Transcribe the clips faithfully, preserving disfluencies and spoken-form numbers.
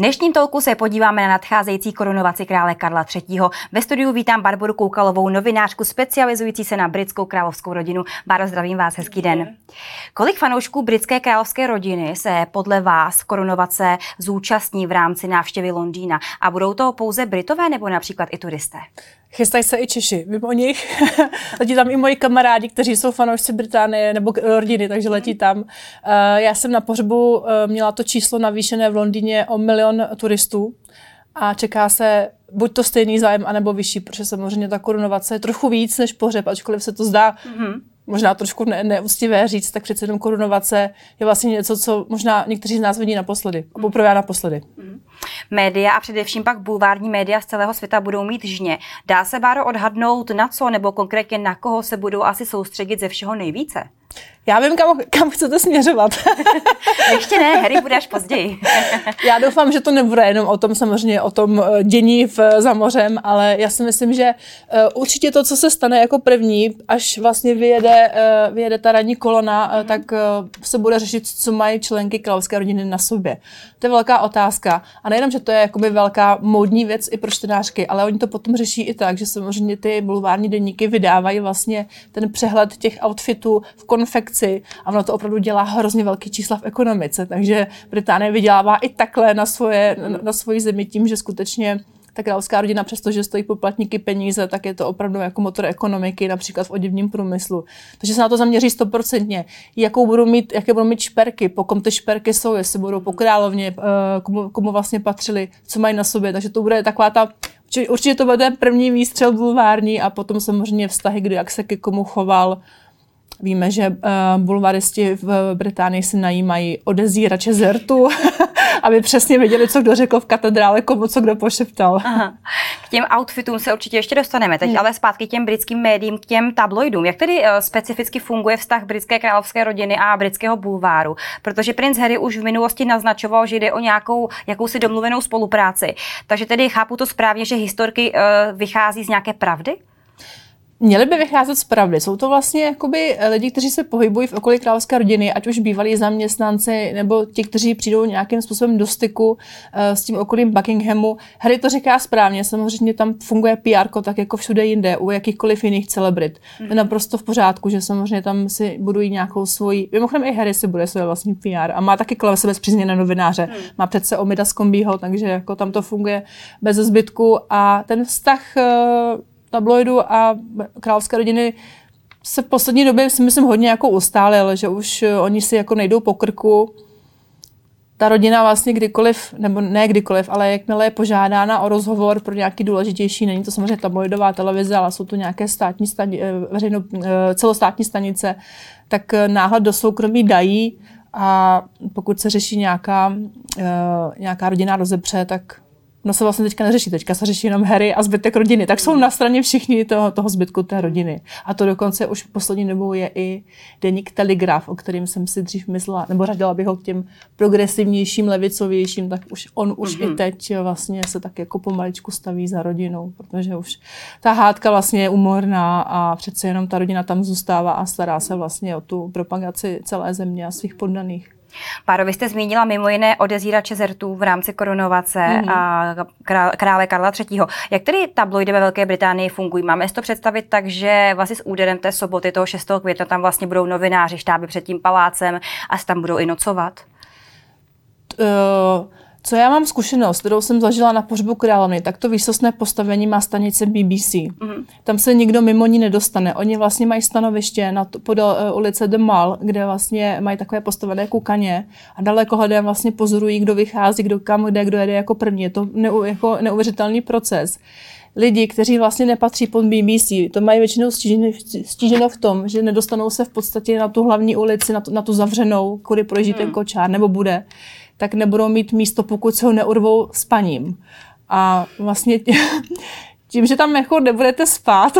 dnešním talku se podíváme na nadcházející korunovaci krále Karla třetího. Ve studiu vítám Barboru Koukalovou, novinářku specializující se na britskou královskou rodinu. Báro, zdravím vás, hezký den. Kolik fanoušků britské královské rodiny se podle vás korunovace zúčastní v rámci návštěvy Londýna? A budou to pouze Britové nebo například i turisté? Chystají se i Češi, vím o nich. Letí tam i moji kamarádi, kteří jsou fanoušci Británie nebo rodiny, takže letí tam. Já jsem na pohřbu měla to číslo navýšené v Londýně o milion turistů a čeká se buď to stejný zájem, anebo vyšší, protože samozřejmě ta korunovace je trochu víc než pohřeb, ačkoliv se to zdá mm-hmm. možná trošku ne- neúctivé říct, tak přece jenom korunovace je vlastně něco, co možná někteří z nás vidí naposledy, a poprvé já naposledy. Mm-hmm. Média a především pak bulvární média z celého světa budou mít žně. Dá se, Báro, odhadnout na co nebo konkrétně na koho se budou asi soustředit ze všeho nejvíce? Já vím, kam, kam chcete směřovat. Ještě ne, Harry bude až později. Já doufám, že to nebude jenom o tom, samozřejmě o tom dění v, za mořem, ale já si myslím, že uh, určitě to, co se stane jako první, až vlastně vyjede, uh, vyjede ta ranní kolona, uh, tak uh, se bude řešit, co mají členky královské rodiny na sobě. To je velká otázka. A nejenom, že to je jakoby velká módní věc i pro čtenářky, ale oni to potom řeší i tak, že samozřejmě ty bulvární deníky vydávají vlastně ten přehled těch outfitů v konfekci a ono to opravdu dělá hrozně velký čísla v ekonomice, takže Británie vydělává i takhle na, svoje, na, na svoji zemi tím, že skutečně ta královská rodina, přestože stojí poplatníky peníze, tak je to opravdu jako motor ekonomiky, například v oděvním průmyslu. Takže se na to zaměří stoprocentně. Jakou budou mít, jaké budou mít šperky, po kom ty šperky jsou, jestli budou po královně, komu, komu vlastně patřili, co mají na sobě. Takže to bude taková ta, určitě to bude první výstřel bulvární a potom samozřejmě vztahy, kdy jak se ke komu choval. Víme, že uh, bulvaristi v Británii si najímají odezírače z rtu, aby přesně věděli, co kdo řekl v katedrále, komu co kdo pošeptal. Aha. K těm outfitům se určitě ještě dostaneme. Teď hmm. ale zpátky k těm britským médiím, k těm tabloidům. Jak tedy uh, specificky funguje vztah britské královské rodiny a britského bulváru? Protože princ Harry už v minulosti naznačoval, že jde o nějakou jakousi domluvenou spolupráci. Takže tedy chápu to správně, že historky uh, vychází z nějaké pravdy? Měli by vycházet z pravdy. Jsou to vlastně jakoby lidi, kteří se pohybují v okolí královské rodiny, ať už bývalí zaměstnanci nebo ti, kteří přijdou nějakým způsobem do styku uh, s tím okolím Buckinghamu. Harry to říká správně, samozřejmě tam funguje P R ko tak jako všude jinde, u jakýchkoliv jiných celebrit. Mm. Je naprosto v pořádku, že samozřejmě tam si budují nějakou svoji. Mimochodem i Harry si bude své vlastní P R a má taky kolem sebe spřízněné novináře. Mm. Má přece Omida z Combího, takže jako tam to funguje bez zbytku a ten vztah uh, tabloidu a královské rodiny se v poslední době si myslím hodně jako ustálil, že už oni si jako nejdou po krku. Ta rodina vlastně kdykoliv, nebo ne kdykoliv, ale jakmile je požádána o rozhovor pro nějaký důležitější, není to samozřejmě tabloidová televize, ale jsou to nějaké státní stani, veřejno, celostátní stanice, tak náhled do soukromí dají a pokud se řeší nějaká, nějaká rodinná rozepře, tak no se vlastně teďka neřeší, teďka se řeší jenom Harry a zbytek rodiny, tak jsou na straně všichni toho, toho zbytku té rodiny. A to dokonce už v poslední dobou je i deník Telegraph, o kterým jsem si dřív myslela, nebo řadila bych ho k těm progresivnějším, levicovějším, tak už on už mm-hmm. i teď vlastně se tak jako pomaličku staví za rodinou, protože už ta hádka vlastně je umorná a přece jenom ta rodina tam zůstává a stará se vlastně o tu propagaci celé země a svých poddaných. Páro, vy jste zmínila mimo jiné odezírače z rtů v rámci korunovace mm-hmm. a krále Karla třetího. Jak tedy tabloidy ve Velké Británii fungují? Máme si to představit tak, že vlastně s úderem té soboty, toho šestého května, tam vlastně budou novináři, štáby před tím palácem a tam budou i nocovat? Uh... Co já mám zkušenost, kterou jsem zažila na pohřbu královny, tak to výsostné postavení má stanice B B C. Mm-hmm. Tam se nikdo mimo ní nedostane. Oni vlastně mají stanoviště na to, podél uh, ulice The Mall, kde vlastně mají takové postavené kukaně a dalekohledem vlastně pozorují, kdo vychází, kdo kam jde, kdo jede jako první. Je to neu, jako neuvěřitelný proces. Lidi, kteří vlastně nepatří pod B B C, to mají většinou stíženo, stíženo v tom, že nedostanou se v podstatě na tu hlavní ulici, na tu, na tu zavřenou, kudy projíždí ten kočár, nebo bude, tak nebudou mít místo, pokud se ho neurvou spaním. A vlastně tím, že tam jako nebudete spát,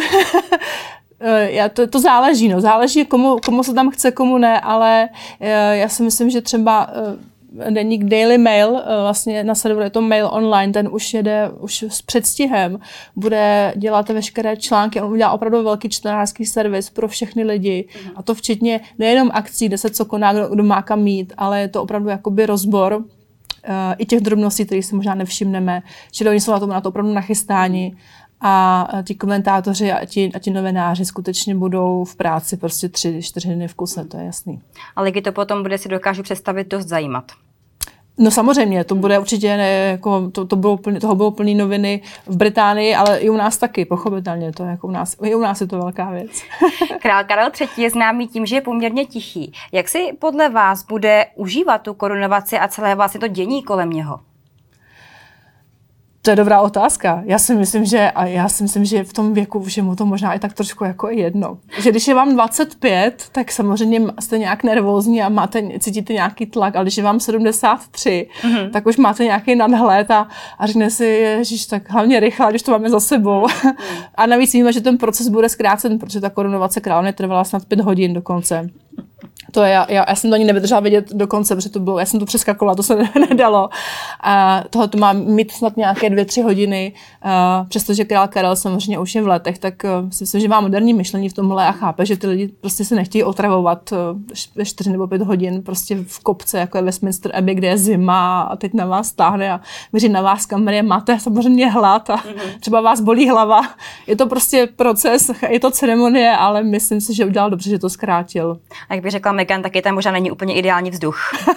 já, to, to záleží, no. Záleží, komu, komu se tam chce, komu ne, ale já si myslím, že třeba deník Daily Mail, vlastně na serveru je to Mail Online, ten už jede už s předstihem, bude dělat veškeré články, on udělá opravdu velký čtenářský servis pro všechny lidi mm. a to včetně nejenom akcí, kde se co koná, kdo, kdo má kam mít, ale je to opravdu jakoby rozbor i těch drobností, kterých si možná nevšimneme. Čili oni jsou na to, na to opravdu nachystáni a ti komentátoři a ti, a ti novináři skutečně budou v práci prostě tři, čtyři dny v kuse, to je jasný. A lidi to potom bude si dokážu představit dost zajímat. No samozřejmě, to bude určitě, ne, jako, to, to bylo plný, toho bylo plný noviny v Británii, ale i u nás taky, pochopitelně, to jako u nás, i u nás je to velká věc. Král Karel třetí je známý tím, že je poměrně tichý. Jak si podle vás bude užívat tu korunovaci a celé vlastně to dění kolem něho? To je dobrá otázka. Já si myslím, že a já si myslím, že v tom věku, že mu to možná i tak trošku jako je jedno. Že když je vám dvacet pět, tak samozřejmě jste nějak nervózní a máte, cítíte nějaký tlak, ale když je vám sedmdesát tři, mm-hmm. tak už máte nějaký nadhled a, a řekne si, ježiš, tak hlavně rychle, když to máme za sebou. Mm. A navíc víme, že ten proces bude zkrácen, protože ta korunovace královny trvala snad pět hodin dokonce. To je, já, já jsem to ani nevydržela vidět do konce, protože to bylo, já jsem to přeskakovala, to se nedalo. A tohle to má mít snad nějaké dvě, tři hodiny, a přestože král Karel samozřejmě už je v letech, tak si myslím, že má moderní myšlení v tomhle a chápe, že ty lidi prostě se nechtějí otravovat ve čtyři nebo pět hodin prostě v kopce, jako je Westminster Abbey, kde je zima a teď na vás táhne a měří na vás kamery a máte samozřejmě hlad a mm-hmm. třeba vás bolí hlava. Je to prostě proces, je to ceremonie, ale myslím si, že udělal dobře, že to zkrátil. A jak by řekla Meghan, taky tam možná není úplně ideální vzduch.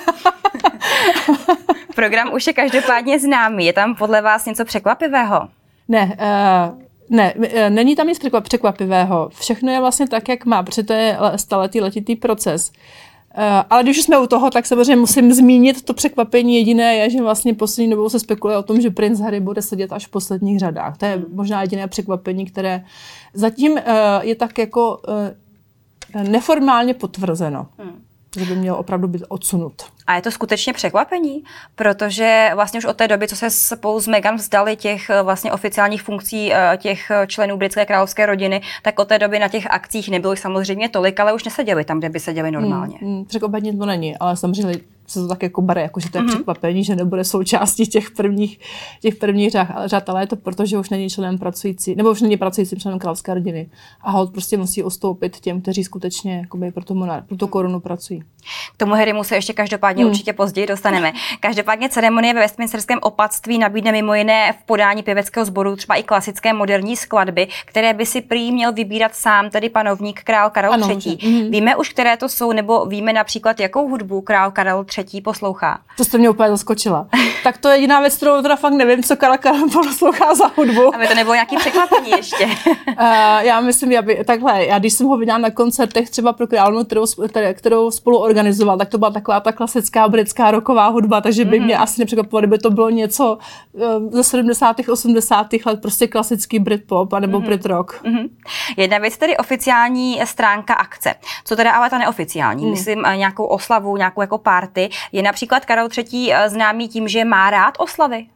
Program už je každopádně známý. Je tam podle vás něco překvapivého? Ne, uh, ne, není tam nic překvapivého. Všechno je vlastně tak, jak má, protože to je staletý letitý proces. Uh, ale když už jsme u toho, tak samozřejmě musím zmínit to překvapení. Jediné je, že vlastně poslední dobou se spekuluje o tom, že princ Harry bude sedět až v posledních řadách. To je možná jediné překvapení, které zatím uh, je tak jako uh, neformálně potvrzeno. Hmm. Že by měl opravdu být odsunut. A je to skutečně překvapení, protože vlastně už od té doby, co se spolu s Meghan vzdali těch vlastně oficiálních funkcí těch členů britské královské rodiny, tak od té doby na těch akcích nebylo samozřejmě tolik, ale už neseděli tam, kde by seděli normálně. Hmm, hmm, překvapení to není, ale samozřejmě se to tak jako bere, jako že to je mm-hmm. překvapení, že nebude součástí těch prvních, těch prvních řad, ale je to proto, že už není členem pracující, nebo už není pracujícím členem královské rodiny. A holt prostě musí ustoupit těm, kteří skutečně jakoby, pro, tu monar, pro tu korunu pracují. K tomu Harrymu se ještě každopádně hmm. určitě později dostaneme. Každopádně ceremonie ve Westminsterském opatství nabídne mimo jiné v podání pěveckého sboru třeba i klasické moderní skladby, které by si prý měl vybírat sám, tedy panovník král Karel ano, třetí. Hmm. Víme už, které to jsou, nebo víme například, jakou hudbu král Karel třetí poslouchá? To jste mě úplně zaskočila. Tak to je jediná věc, kterou teda fakt nevím, co Karel Karel poslouchá za hudbu. Aby to nebylo nějaký překvapení ještě. uh, já myslím, já by, takhle, já když jsem ho viděla na koncertech třeba pro královnu, kterou, kterou spolu organizoval, tak to byla taková ta klasická britská rocková hudba, takže by mm-hmm. mě asi nepřekvapilo, kdyby to bylo něco uh, ze sedmdesátých osmdesátých let, prostě klasický Britpop anebo mm-hmm. Britrock. Mm-hmm. Jedna věc tedy oficiální stránka akce. Co teda ale ta neoficiální? Mm. Myslím nějakou oslavu, nějakou jako party. Je například Karel třetí známý tím, že má rád oslavy?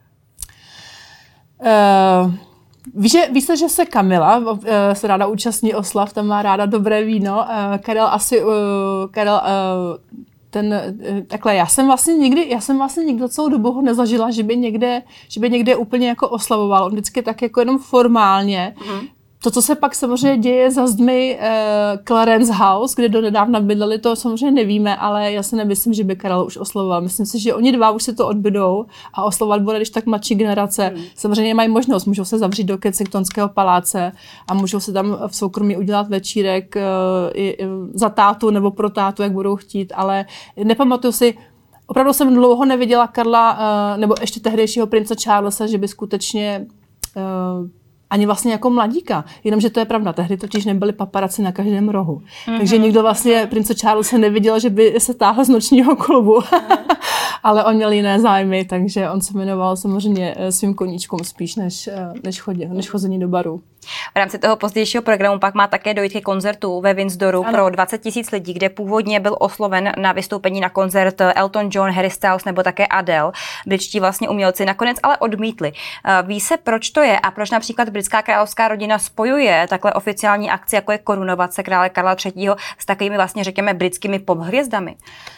Uh, víš, že, víš, že se Kamila uh, se ráda účastní oslav, tam má ráda dobré víno. Uh, Karel asi, uh, Karel, uh, ten, uh, takhle, já jsem vlastně nikdy, já jsem vlastně nikdo celou dobu ho nezažila, že by někde, že by někde úplně jako oslavoval. On vždycky tak jako jenom formálně. Mm-hmm. To, co se pak samozřejmě děje za zdmi uh, Clarence House, kde do nedávna bydleli, to samozřejmě nevíme, ale já si nemyslím, že by Karel už oslavoval. Myslím si, že oni dva už si to odbydou a oslovat bude, když tak mladší generace. Hmm. Samozřejmě mají možnost, můžou se zavřít do Kensingtonského paláce a můžou si tam v soukromí udělat večírek uh, i, i za tátu nebo pro tátu, jak budou chtít, ale nepamatuju si, opravdu jsem dlouho neviděla Karla, uh, nebo ještě tehdejšího prince Charlesa, že by skutečně uh, ani vlastně jako mladíka, jenomže to je pravda, tehdy totiž nebyly paparaci na každém rohu. Mm-hmm. Takže nikdo vlastně prince Charlesa neviděl, že by se táhl z nočního klubu. Mm-hmm. Ale on měl jiné zájmy, takže on se jmenoval samozřejmě svým koníčkům spíš než, než, chodě, než chození do baru. V rámci toho pozdějšího programu pak má také dojít ke koncertu ve Windsoru ano. pro dvacet tisíc lidí, kde původně byl osloven na vystoupení na koncert Elton John, Harry Styles nebo také Adele. Britští vlastně umělci nakonec ale odmítli. Ví se, proč to je a proč například britská královská rodina spojuje takhle oficiální akci, jako je korunovace krále Karla třetího s takovými vlastně řekněme britskými pophvězdami?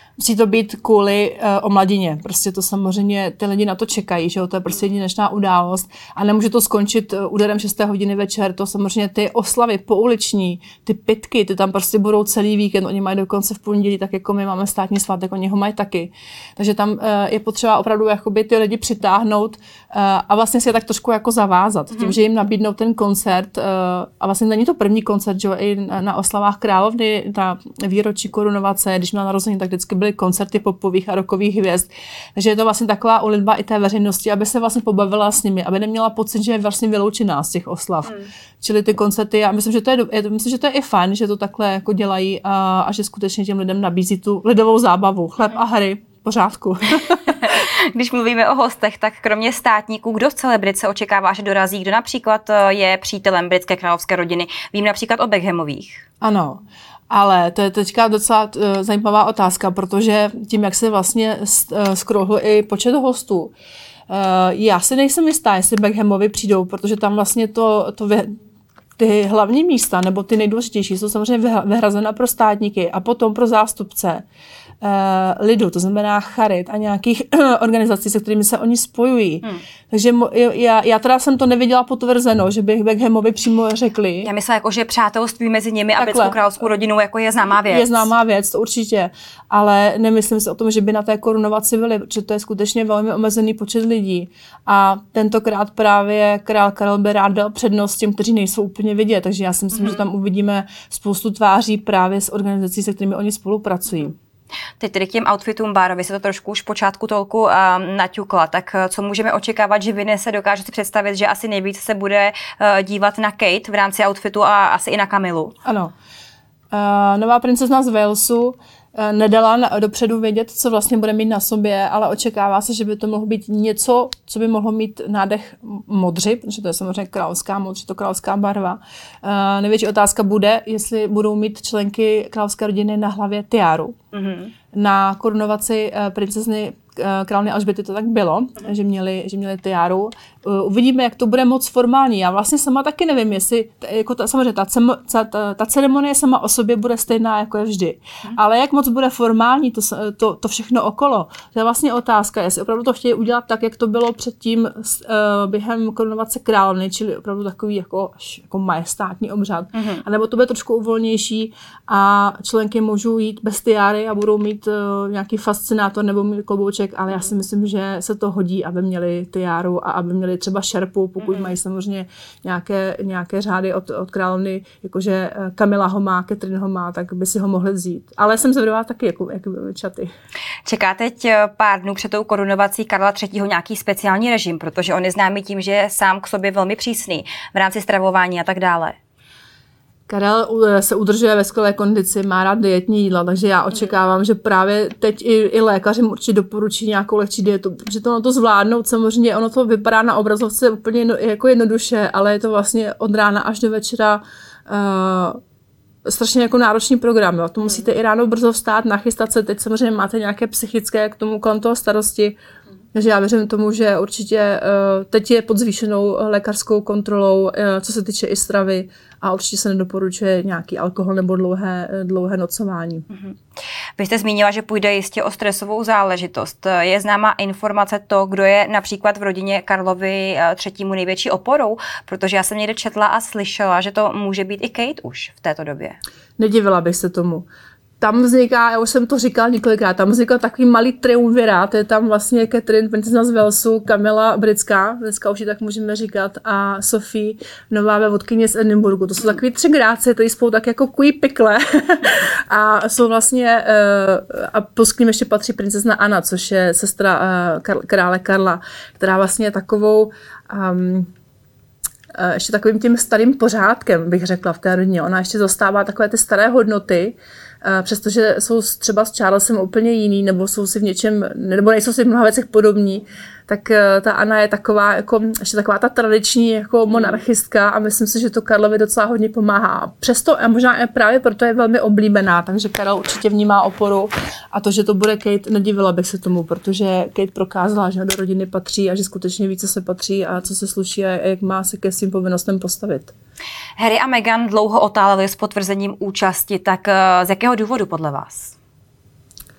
Musí to být kvůli uh, omladině. Prostě to samozřejmě, ty lidi na to čekají, že jo, to je prostě jedinečná událost a nemůže to skončit uh, úderem šesté hodiny večer, to samozřejmě ty oslavy pouliční, ty pitky, ty tam prostě budou celý víkend, oni mají dokonce v pondělí, tak jako my máme státní svátek, oni ho mají taky. Takže tam uh, je potřeba opravdu jakoby ty lidi přitáhnout uh, a vlastně si je tak trošku jako zavázat. Mm-hmm. Tím, že jim nabídnou ten koncert uh, a vlastně není to první koncert, že jo, i na, na oslavách královny, ta výročí korunovace, když měla narození, tak vždycky byly koncerty popových a rockových hvězd. Takže je to vlastně taková ulitba i té veřejnosti, aby se vlastně pobavila s nimi, aby neměla pocit, že je vlastně vyloučená z těch oslav. Mm. Čili ty koncerty, já myslím, že to je, je myslím, že to je i fajn, že to takhle jako dělají a, a že skutečně těm lidem nabízí tu lidovou zábavu, chleb a hry. Pořádku. Když mluvíme o hostech, tak kromě státníků, kdo z celebrit se očekává, že dorazí, kdo například je přítelem britské královské rodiny? Vím například o Beckhamových. Ano, ale to je teďka docela uh, zajímavá otázka, protože tím, jak se vlastně uh, skrouhl i počet hostů, uh, já si nejsem jistá, jestli Beckhamovi přijdou, protože tam vlastně to, to vy, ty hlavní místa, nebo ty nejdůležitější, jsou samozřejmě vyhrazena pro státníky a potom pro zástupce Uh, lidu, to znamená charit a nějakých organizací, se kterými se oni spojují. Hmm. Takže mo, já, já teda jsem to neviděla potvrzeno, že by Beckhamovi přímo řekli. Já myslím, jako, že přátelství mezi nimi a britskou královskou rodinou jako je známá věc. Je známá věc, to určitě. Ale nemyslím si o tom, že by na té korunovaci byli, protože to je skutečně velmi omezený počet lidí. A tentokrát právě král Karel by rád dal přednost těm, kteří nejsou úplně vidět. Takže já si myslím, hmm. že tam uvidíme spoustu tváří právě s organizací, se kterými oni spolupracují. Teď tedy k těm outfitům Bárovi se to trošku už v počátku tolku um, naťukla, tak co můžeme očekávat, že Vinny se dokáže si představit, že asi nejvíc se bude uh, dívat na Kate v rámci outfitu a asi i na Kamilu. Ano. Uh, nová princezna z Walesu nedala dopředu vědět, co vlastně bude mít na sobě, ale očekává se, že by to mohlo být něco, co by mohlo mít nádech modři, protože to je samozřejmě královská modři, to královská barva. Uh, největší otázka bude, jestli budou mít členky královské rodiny na hlavě tiáru. Mm-hmm. Na korunovaci uh, princezny uh, královny Alžběty to tak bylo, mm-hmm. že měli, že měli tiáru. Uh, uvidíme, jak to bude moc formální. Já vlastně sama taky nevím, jestli, jako ta, samozřejmě ta, ta, ta, ta ceremonie sama o sobě bude stejná, jako je vždy. Mm-hmm. Ale jak moc bude formální to, to, to všechno okolo, to je vlastně otázka, jestli opravdu to chtějí udělat tak, jak to bylo předtím uh, během korunovace královny, čili opravdu takový jako, jako majestátní obřad. Mm-hmm. A nebo to bude trošku uvolnější a členky můžou jít bez tiáry a budou mít uh, nějaký fascinátor nebo mít klobouček, ale já si myslím, že se to hodí, aby měli tiáru a aby měli třeba šerpu, pokud mm-hmm. mají samozřejmě nějaké, nějaké řády od, od královny, jakože Kamila ho má, Catherine ho má, tak by si ho mohli vzít. Ale jsem zvědavá taky, jako, jak čaty. Čeká teď pár dnů před tou korunovací Karla třetího nějaký speciální režim, protože on je známý tím, že je sám k sobě velmi přísný v rámci stravování a tak dále. Karel se udržuje ve skvělé kondici, má rád dietní jídla, takže já očekávám, že právě teď i, i lékaři mu určitě doporučí nějakou lehčí dietu, protože to ono to zvládnout, samozřejmě ono to vypadá na obrazovce úplně jedno, jako jednoduše, ale je to vlastně od rána až do večera uh, strašně jako náročný program. Jo. To musíte i ráno brzo vstát, nachystat se, teď samozřejmě máte nějaké psychické k tomu kolem toho starosti, takže já věřím tomu, že určitě uh, teď je pod zvýšenou lékařskou kontrolou, uh, co se týče i stravy a určitě se nedoporučuje nějaký alkohol nebo dlouhé, dlouhé nocování. Mm-hmm. Vy jste zmínila, že půjde jistě o stresovou záležitost. Je známá informace to, kdo je například v rodině Karlovi třetímu největší oporou? Protože já jsem někde četla a slyšela, že to může být i Kate už v této době. Nedivila bych se tomu. Tam vzniká, já už jsem to říkala několikrát, tam vznikl takový malý triumvirát, je tam vlastně Catherine, princezna z Walesu, Kamila britská, dneska už ji tak můžeme říkat, a Sophie, nová vévodkyně z Edinburghu. To jsou takový tři gráci, kteří spolu tak jako kují pikle a jsou vlastně, a plus k ním ještě patří princezna Anna, což je sestra krále Karla, která vlastně je takovou um, ještě takovým tím starým pořádkem, bych řekla, v té rodině. Ona ještě zastává takové ty staré hodnoty, přestože jsou třeba s Charlesem úplně jiný, nebo jsou si v něčem, nebo nejsou si v mnoha věcech podobní, tak ta Anna je taková, jako, ještě taková ta tradiční jako monarchistka a myslím si, že to Karlovi docela hodně pomáhá. Přesto a možná právě proto je velmi oblíbená, takže Karel určitě vnímá oporu a to, že to bude Kate, nedivila bych se tomu, protože Kate prokázala, že do rodiny patří a že skutečně ví, co se patří a co se sluší a jak má se ke svým povinnostem postavit. Harry a Meghan dlouho otáleli s potvrzením účasti, tak z jakého důvodu podle vás?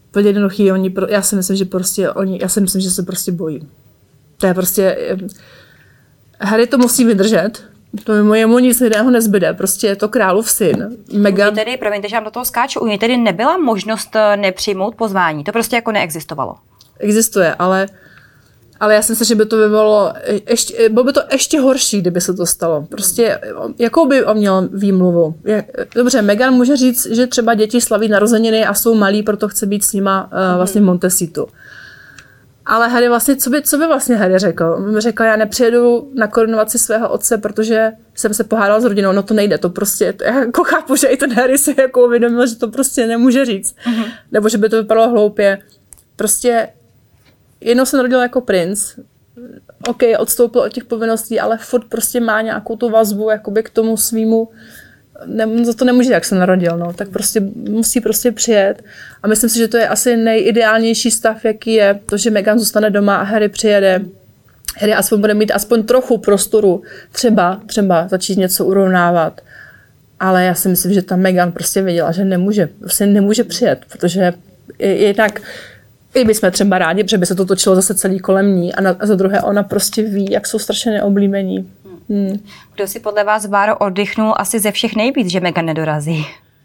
Úplně jednoduchý, oni, já si myslím, že prostě oni, já si myslím, že se prostě bojí. To je prostě, Harry to musí vydržet, to mojemu nic jiného nezbyde, prostě je to králův syn. Meghan... Tedy, promiňte, že vám do toho skáču, u něj tedy nebyla možnost nepřijmout pozvání, to prostě jako neexistovalo. Existuje, ale, ale já si myslím, že by to vyvolalo, ještě, bylo by to ještě horší, kdyby se to stalo. Prostě, jakou by on měl výmluvu? Dobře, Meghan může říct, že třeba děti slaví narozeniny a jsou malí, proto chce být s nima uh, vlastně v Montecitu. Ale Harry vlastně, co by, co by vlastně Harry řekl? On by řekl, já nepřijedu na korunovaci svého otce, protože jsem se pohádal s rodinou. No to nejde, to prostě, to, já jako chápu, že i ten Harry si jako uvědomil, že to prostě nemůže říct. Mm-hmm. Nebo že by to vypadalo hloupě. Prostě jednou se narodil jako princ, OK, odstoupil od těch povinností, ale furt prostě má nějakou tu vazbu jakoby k tomu svýmu, ne, za to nemůže, jak se narodil, no, tak prostě musí prostě přijet. A myslím si, že to je asi nejideálnější stav, jaký je, to, že Meghan zůstane doma a Harry přijede. Harry aspoň bude mít aspoň trochu prostoru, třeba, třeba začít něco urovnávat. Ale já si myslím, že ta Meghan prostě věděla, že nemůže, prostě nemůže přijet, protože jednak i my jsme třeba rádi, protože by se to točilo zase celý kolem ní a, na, a za druhé ona prostě ví, jak jsou strašně neoblíbení. Hmm. Kdo si podle vás, Báro, oddychnul asi ze všech nejvíc, že Meghan nedorazí?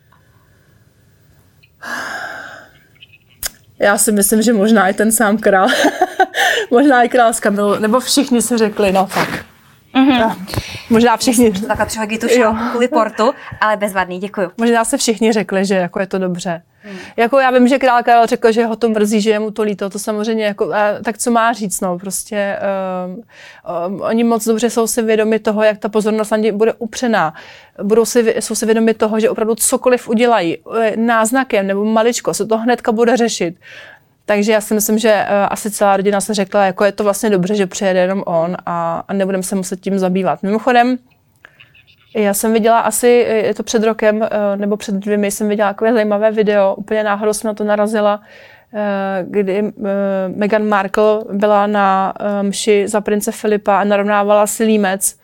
Já si myslím, že možná i ten sám král. Možná i král s Kamilou, nebo všichni se řekli, no tak. Mm-hmm. Možná všichni. Takhle třeba Gitu šápu kvůli Portu, ale bezvadný, děkuju. Možná se všichni řekli, že jako je to dobře. Hmm. Jako já vím, že král Karel řekl, že ho to mrzí, že je mu to líto, to samozřejmě jako, a, tak co má říct, no, prostě um, um, oni moc dobře jsou si vědomi toho, jak ta pozornost na ně bude upřená. Budou si, jsou si vědomi toho, že opravdu cokoliv udělají náznakem nebo maličko, se to hnedka bude řešit. Takže já si myslím, že uh, asi celá rodina se řekla, jako je to vlastně dobře, že přijede jenom on a, a nebudeme se muset tím zabývat. Mimochodem, já jsem viděla asi, je to před rokem, nebo před dvěmi, jsem viděla takové zajímavé video, úplně náhodou jsem na to narazila, kdy Meghan Markle byla na mši za prince Filipa a narovnávala si límec.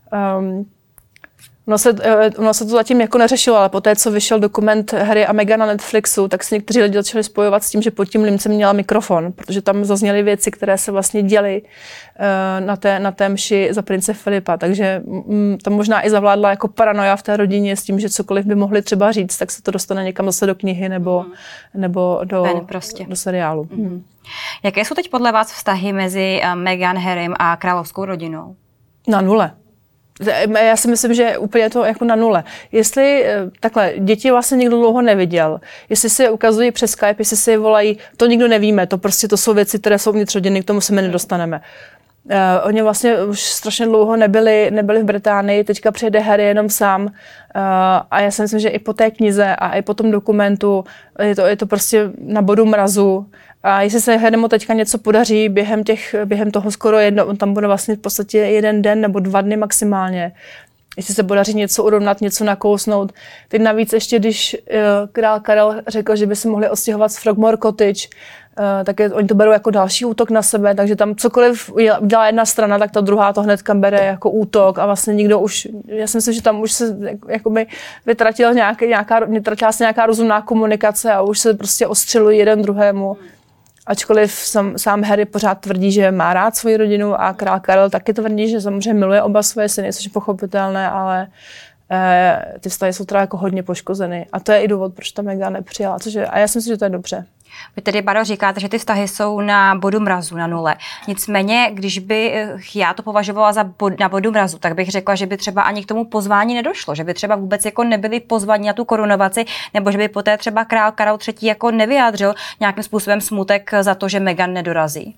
Ono se, ono se to zatím jako neřešilo, ale poté, co vyšel dokument Harry a Meghan na Netflixu, tak si někteří lidi začali spojovat s tím, že pod tím límcem měla mikrofon, protože tam zazněly věci, které se vlastně děly uh, na té, na té mši za prince Filipa. Takže mm, tam možná i zavládla jako paranoja v té rodině s tím, že cokoliv by mohli třeba říct, tak se to dostane někam zase do knihy nebo, mm. nebo do, Ben, prostě. do seriálu. Mm. Mm. Jaké jsou teď podle vás vztahy mezi Meghan, Harrym a královskou rodinou? Na nule. Já si myslím, že úplně to jako na nule. Jestli takhle, děti vlastně nikdo dlouho neviděl, jestli si je ukazují přes Skype, jestli si je volají, to nikdo nevíme, to prostě to jsou věci, které jsou uvnitř rodiny, k tomu se my nedostaneme. Uh, oni vlastně už strašně dlouho nebyli, nebyli v Británii, teďka přijede Harry jenom sám uh, a já si myslím, že i po té knize a i po tom dokumentu je to, je to prostě na bodu mrazu. A jestli se Harrymu teďka něco podaří během, těch, během toho skoro jedno, on tam bude vlastně v podstatě jeden den nebo dva dny maximálně, jestli se podaří něco urovnat, něco nakousnout. Teď navíc ještě, když uh, král Karel řekl, že by se mohli odstěhovat z Frogmore Cottage, Uh, tak je, oni to berou jako další útok na sebe, takže tam cokoliv dělá jedna strana, tak ta druhá to hnedka bere jako útok a vlastně nikdo už, já si myslím, že tam už se jakoby vytratila nějaká, nějaká, vytratila se nějaká rozumná komunikace a už se prostě ostřelují jeden druhému. Ačkoliv sam, sám Harry pořád tvrdí, že má rád svoji rodinu a král Karel taky tvrdí, že samozřejmě miluje oba svoje syny, což je pochopitelné, ale eh, ty vztahy jsou teda jako hodně poškozeny. A to je i důvod, proč ta Meghan nepřijala. Což je, a já si myslím, že to je dobře. Vy tedy, Baro, říkáte, že ty vztahy jsou na bodu mrazu, na nule. Nicméně, když by já to považovala za bod, na bodu mrazu, tak bych řekla, že by třeba ani k tomu pozvání nedošlo, že by třeba vůbec jako nebyli pozvaní na tu korunovaci, nebo že by poté třeba král Karel třetí jako nevyjádřil nějakým způsobem smutek za to, že Meghan nedorazí.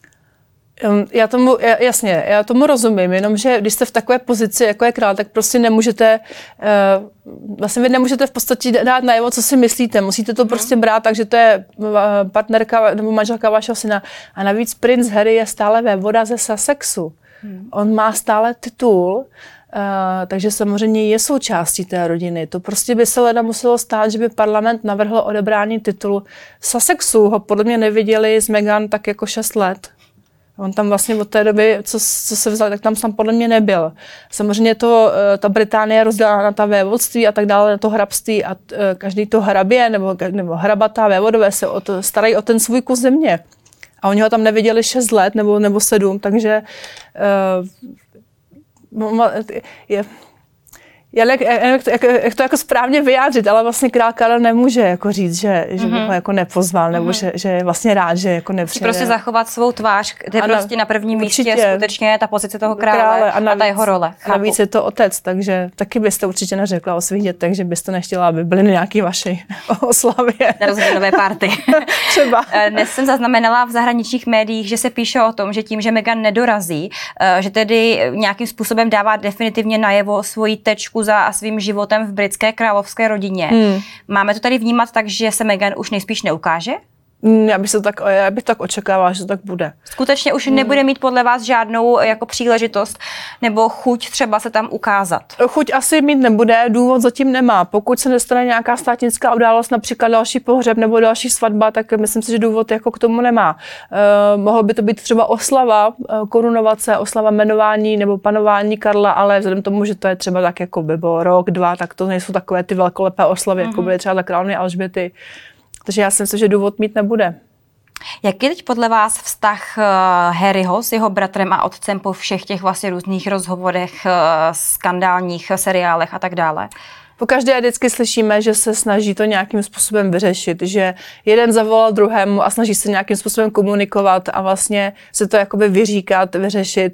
Já tomu, jasně, já tomu rozumím, jenomže když jste v takové pozici, jako je král, tak prostě nemůžete, vlastně vy nemůžete v podstatě dát najevo, co si myslíte. Musíte to prostě brát, takže to je partnerka nebo manželka vašeho syna. A navíc princ Harry je stále vévoda ze Sussexu. Hmm. On má stále titul, uh, takže samozřejmě je součástí té rodiny. To prostě by se leda muselo stát, že by parlament navrhl odebrání titulu. Sussexu ho podle mě neviděli s Meghan tak jako šest let. On tam vlastně od té doby, co, co se vzal, tak tam sám podle mě nebyl. Samozřejmě to, ta Británie je rozdělená na ta vévodství a tak dále, na to hrabství a každý to hrabě nebo, nebo hrabatá vévodové se o to, starají o ten svůj kus země. A oni ho tam neviděli šest let nebo, nebo sedm, takže uh, je... Já nevím, jak, jak, jak to jako správně vyjádřit, ale vlastně král Karel nemůže jako říct, že, že mm-hmm. by ho jako nepozval, nebo mm-hmm. že, že je vlastně rád, že jako nepřijde. Prostě zachovat svou tvář, kde je prostě na prvním místě je skutečně ta pozice toho krále, krále a, navíc, a ta jeho role. A navíc je to otec, takže taky byste určitě neřekla o svých dětech, že byste nechtěla, aby byly nějaký vaši oslavě. Na rozhodové party. Třeba. Dnes jsem zaznamenala v zahraničních médiích, že se píše o tom, že tím, že Meghan nedorazí, že tedy nějakým způsobem dává definitivně najevo svoji tečku za svým životem v britské královské rodině. Hmm. Máme to tady vnímat tak, že se Meghan už nejspíš neukáže? Já bych, to tak, já bych tak očekávala, že to tak bude. Skutečně už hmm. nebude mít podle vás žádnou jako příležitost nebo chuť třeba se tam ukázat? Chuť asi mít nebude, důvod zatím nemá. Pokud se nestane nějaká státnická událost, například další pohřeb nebo další svatba, tak myslím si, že důvod jako k tomu nemá. Uh, mohlo by to být třeba oslava, uh, korunovace, oslava jmenování nebo panování Karla, ale vzhledem tomu, že to je třeba tak jako by bylo rok, dva, tak to nejsou takové ty velkolepé oslavy, hmm. jako byly třeba za královny Alžběty. Takže já si myslím, že důvod mít nebude. Jak je teď podle vás vztah Harryho s jeho bratrem a otcem po všech těch vlastně různých rozhovorech, skandálních seriálech a tak dále? Po každé vždycky slyšíme, že se snaží to nějakým způsobem vyřešit, že jeden zavolal druhému a snaží se nějakým způsobem komunikovat a vlastně se to jakoby vyříkat, vyřešit.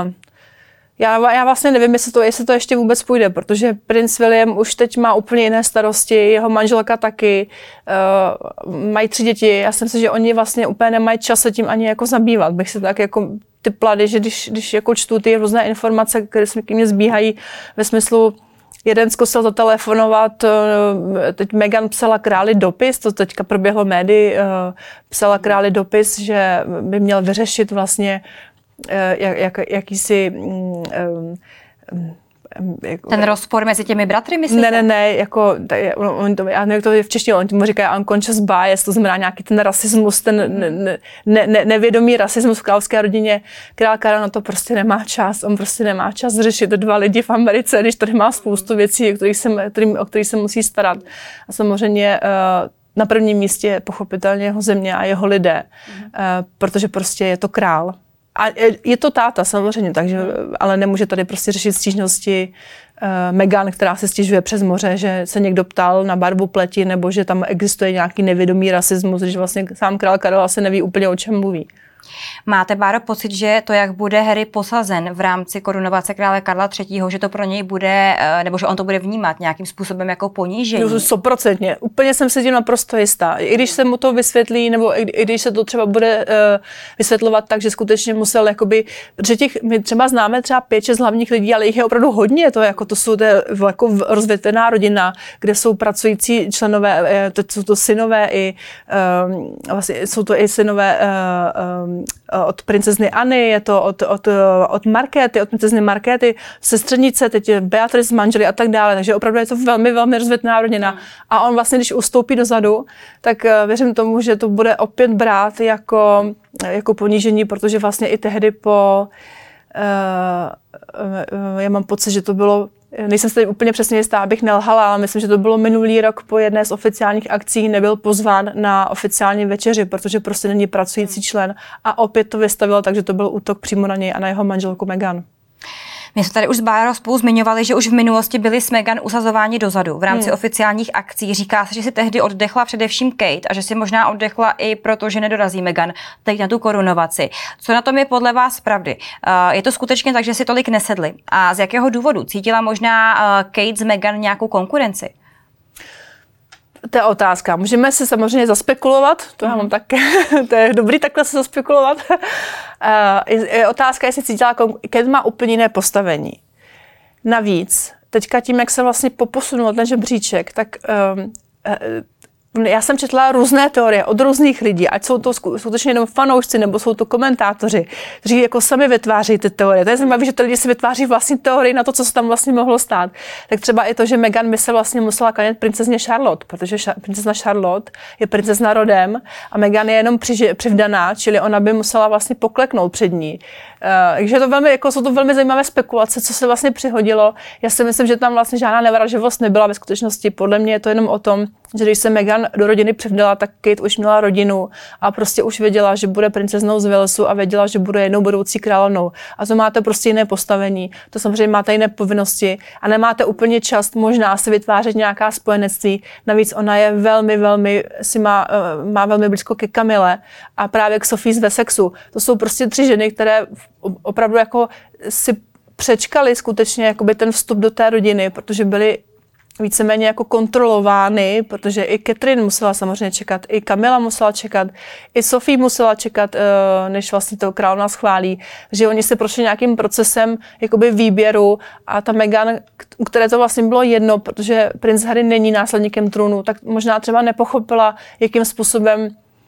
Já, já vlastně nevím, jestli to, jestli to ještě vůbec půjde, protože princ William už teď má úplně jiné starosti, jeho manželka taky, uh, mají tři děti. Já si myslím, že oni vlastně úplně nemají čas se tím ani jako zabývat. Bych se tak jako typla, že když, když jako čtu ty různé informace, které se mě zbíhají ve smyslu, jeden zkusil zatelefonovat, teď Meghan psala králi dopis, to teďka proběhlo médii, psala králi dopis, že by měl vyřešit vlastně Jak, jak, jakýsi... Um, um, jako, ten rozpor mezi těmi bratry, myslíte? Ne, ne, ne, jako, on, on to, já nevím, jak to je v češtině, on tomu říká unconscious bias, to znamená nějaký ten rasismus, ten ne, ne, ne, nevědomý rasismus v královské rodině. Král Karel na to prostě nemá čas, on prostě nemá čas řešit dva lidi v Americe, když tady má spoustu věcí, o kterých se, o kterých se musí starat. A samozřejmě uh, na prvním místě je pochopitelně jeho země a jeho lidé, mm. uh, protože prostě je to král. A je to táta samozřejmě, takže, ale nemůže tady prostě řešit stížnosti uh, Meghan, která se stěžuje přes moře, že se někdo ptal na barvu pleti, nebo že tam existuje nějaký nevědomý rasismus, když vlastně sám král Karel asi neví úplně, o čem mluví. Máte, Báro, pocit, že to, jak bude Harry posazen v rámci korunovace krále Karla třetího, že to pro něj bude, nebo že on to bude vnímat nějakým způsobem jako ponížení? Stoprocentně. Úplně jsem se tím naprosto jistá. I když se mu to vysvětlí, nebo i když se to třeba bude uh, vysvětlovat tak, že skutečně musel, jakoby, protože těch, my třeba známe třeba pět, šest hlavních lidí, ale jich je opravdu hodně. To, jako, to jsou to jako rozvětvená rodina, kde jsou pracující členové, to jsou to synové i, um, vlastně jsou to i synové uh, um, od princezny Anny, je to od, od, od Markéty, od princezny Markéty, sestřenice, teď je Beatrice, manželi a tak dále, takže opravdu je to velmi, velmi rozvětvená rodina. A on vlastně, když ustoupí dozadu, tak věřím tomu, že to bude opět brát jako, jako ponížení, protože vlastně i tehdy po, uh, uh, já mám pocit, že to bylo, nejsem si tady úplně přesně jistá, abych nelhala, ale myslím, že to bylo minulý rok po jedné z oficiálních akcí, nebyl pozván na oficiální večeři, protože prostě není pracující člen a opět to vystavilo, takže to byl útok přímo na něj a na jeho manželku Meghan. My jsme tady už s Bárou spolu zmiňovali, že už v minulosti byli s Meghan usazováni dozadu v rámci hmm. oficiálních akcí. Říká se, že si tehdy oddechla především Kate a že si možná oddechla i proto, že nedorazí Meghan teď na tu korunovaci. Co na tom je podle vás pravdy? Je to skutečně tak, že si tolik nesedli? A z jakého důvodu? Cítila možná Kate s Meghan nějakou konkurenci? To je otázka. Můžeme si samozřejmě zaspekulovat, to já mám tak, to je dobrý takhle se zaspekulovat. Uh, je otázka, jestli cítila, Kate má úplně jiné postavení. Navíc, teďka tím, jak se vlastně poposunul ten žebříček, tak um, Já jsem četla různé teorie od různých lidí, ať jsou to skutečně jenom fanoušci, nebo jsou to komentátoři, kteří jako sami vytváří ty teorie. To je zajímavé, že ty lidi si vytváří vlastní teorii na to, co se tam vlastně mohlo stát. Tak třeba i to, že Meghan by se vlastně musela klanět princezně Charlotte, protože ša- princezna Charlotte je princezna rodem a Meghan je jenom přiži- přivdaná, čili ona by musela vlastně pokleknout před ní. Uh, takže to velmi, jako, jsou to velmi zajímavé spekulace, co se vlastně přihodilo. Já si myslím, že tam vlastně žádná nevraživost nebyla ve skutečnosti. Podle mě je to jenom o tom, že když se Meghan do rodiny přivdala, tak Kate už měla rodinu a prostě už věděla, že bude princeznou z Walesu a věděla, že bude jednou budoucí královnou. A to máte prostě jiné postavení, to samozřejmě máte jiné povinnosti a nemáte úplně čas možná si vytvářet nějaká spojenectví. Navíc ona je velmi, velmi, si má, má velmi blízko ke Camille a právě k Sophie z Wessexu. To jsou prostě tři ženy, které opravdu jako si přečkali skutečně jakoby ten vstup do té rodiny, protože byly víceméně jako kontrolovány, protože i Catherine musela samozřejmě čekat, i Camilla musela čekat, i Sophie musela čekat, než vlastně to královna schválí. Takže oni se prošli nějakým procesem jakoby výběru a ta Meghan, u které to vlastně bylo jedno, protože princ Harry není následníkem trůnu, tak možná třeba nepochopila, jakým způsobem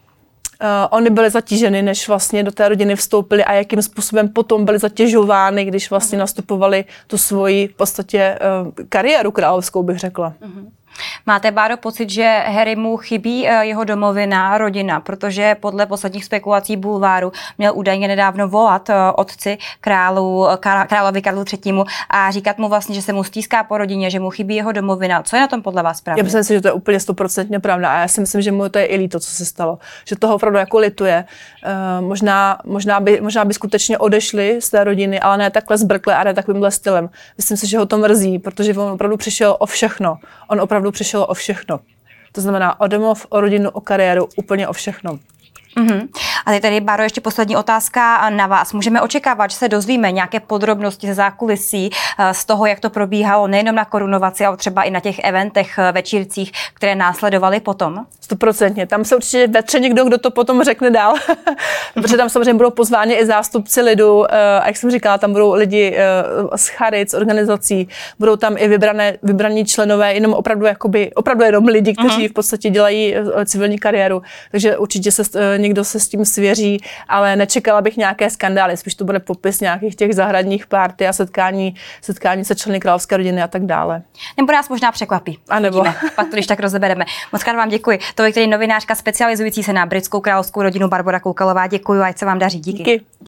Uh, oni byly zatíženy, než vlastně do té rodiny vstoupili a jakým způsobem potom byly zatěžovány, když vlastně nastupovali tu svoji v podstatě uh, kariéru královskou, bych řekla. Uh-huh. Máte, Báro, pocit, že Harrymu chybí jeho domovina, rodina, protože podle posledních spekulací bulváru měl údajně nedávno volat otci králu, královi Karlu třetímu a říkat mu vlastně, že se mu stýská po rodině, že mu chybí jeho domovina. Co je na tom podle vás pravda? Já myslím si, že to je úplně stoprocentně pravda a já si myslím, že mu to je i líto, co se stalo. Že toho opravdu jako lituje. Uh, možná, možná, by, možná by skutečně odešli z té rodiny, ale ne takhle zbrkle a ne takovýmhle stylem. Myslím si, že ho to mrzí, protože on opravdu přišel o všechno. On opravdu přišel o všechno. To znamená o domov, o rodinu, o kariéru, úplně o všechno. Uh-huh. A teď tady, Báro, ještě poslední otázka na vás. Můžeme očekávat, že se dozvíme nějaké podrobnosti ze zákulisí z toho, jak to probíhalo nejenom na korunovaci, ale třeba i na těch eventech, večírcích, které následovaly potom? Stoprocentně. Tam se určitě vetře někdo, kdo to potom řekne dál. Protože tam samozřejmě budou pozváni i zástupci lidu. A jak jsem říkala, tam budou lidi z charit, z organizací. Budou tam i vybrané, vybraní členové, jenom opravdu, jakoby, opravdu jenom lidi, kteří uh-huh. v podstatě dělají civilní kariéru. Takže určitě se někdo se s tím svěří, ale nečekala bych nějaké skandály, spíš to bude popis nějakých těch zahradních párty a setkání, setkání se členy královské rodiny a tak dále. Nebo nás možná překvapí. A nebo. Pak to když tak rozebereme. Moc krát vám děkuji. To je tedy novinářka specializující se na britskou královskou rodinu Barbora Koukalová. Děkuji a ať se vám daří. Díky. Díky.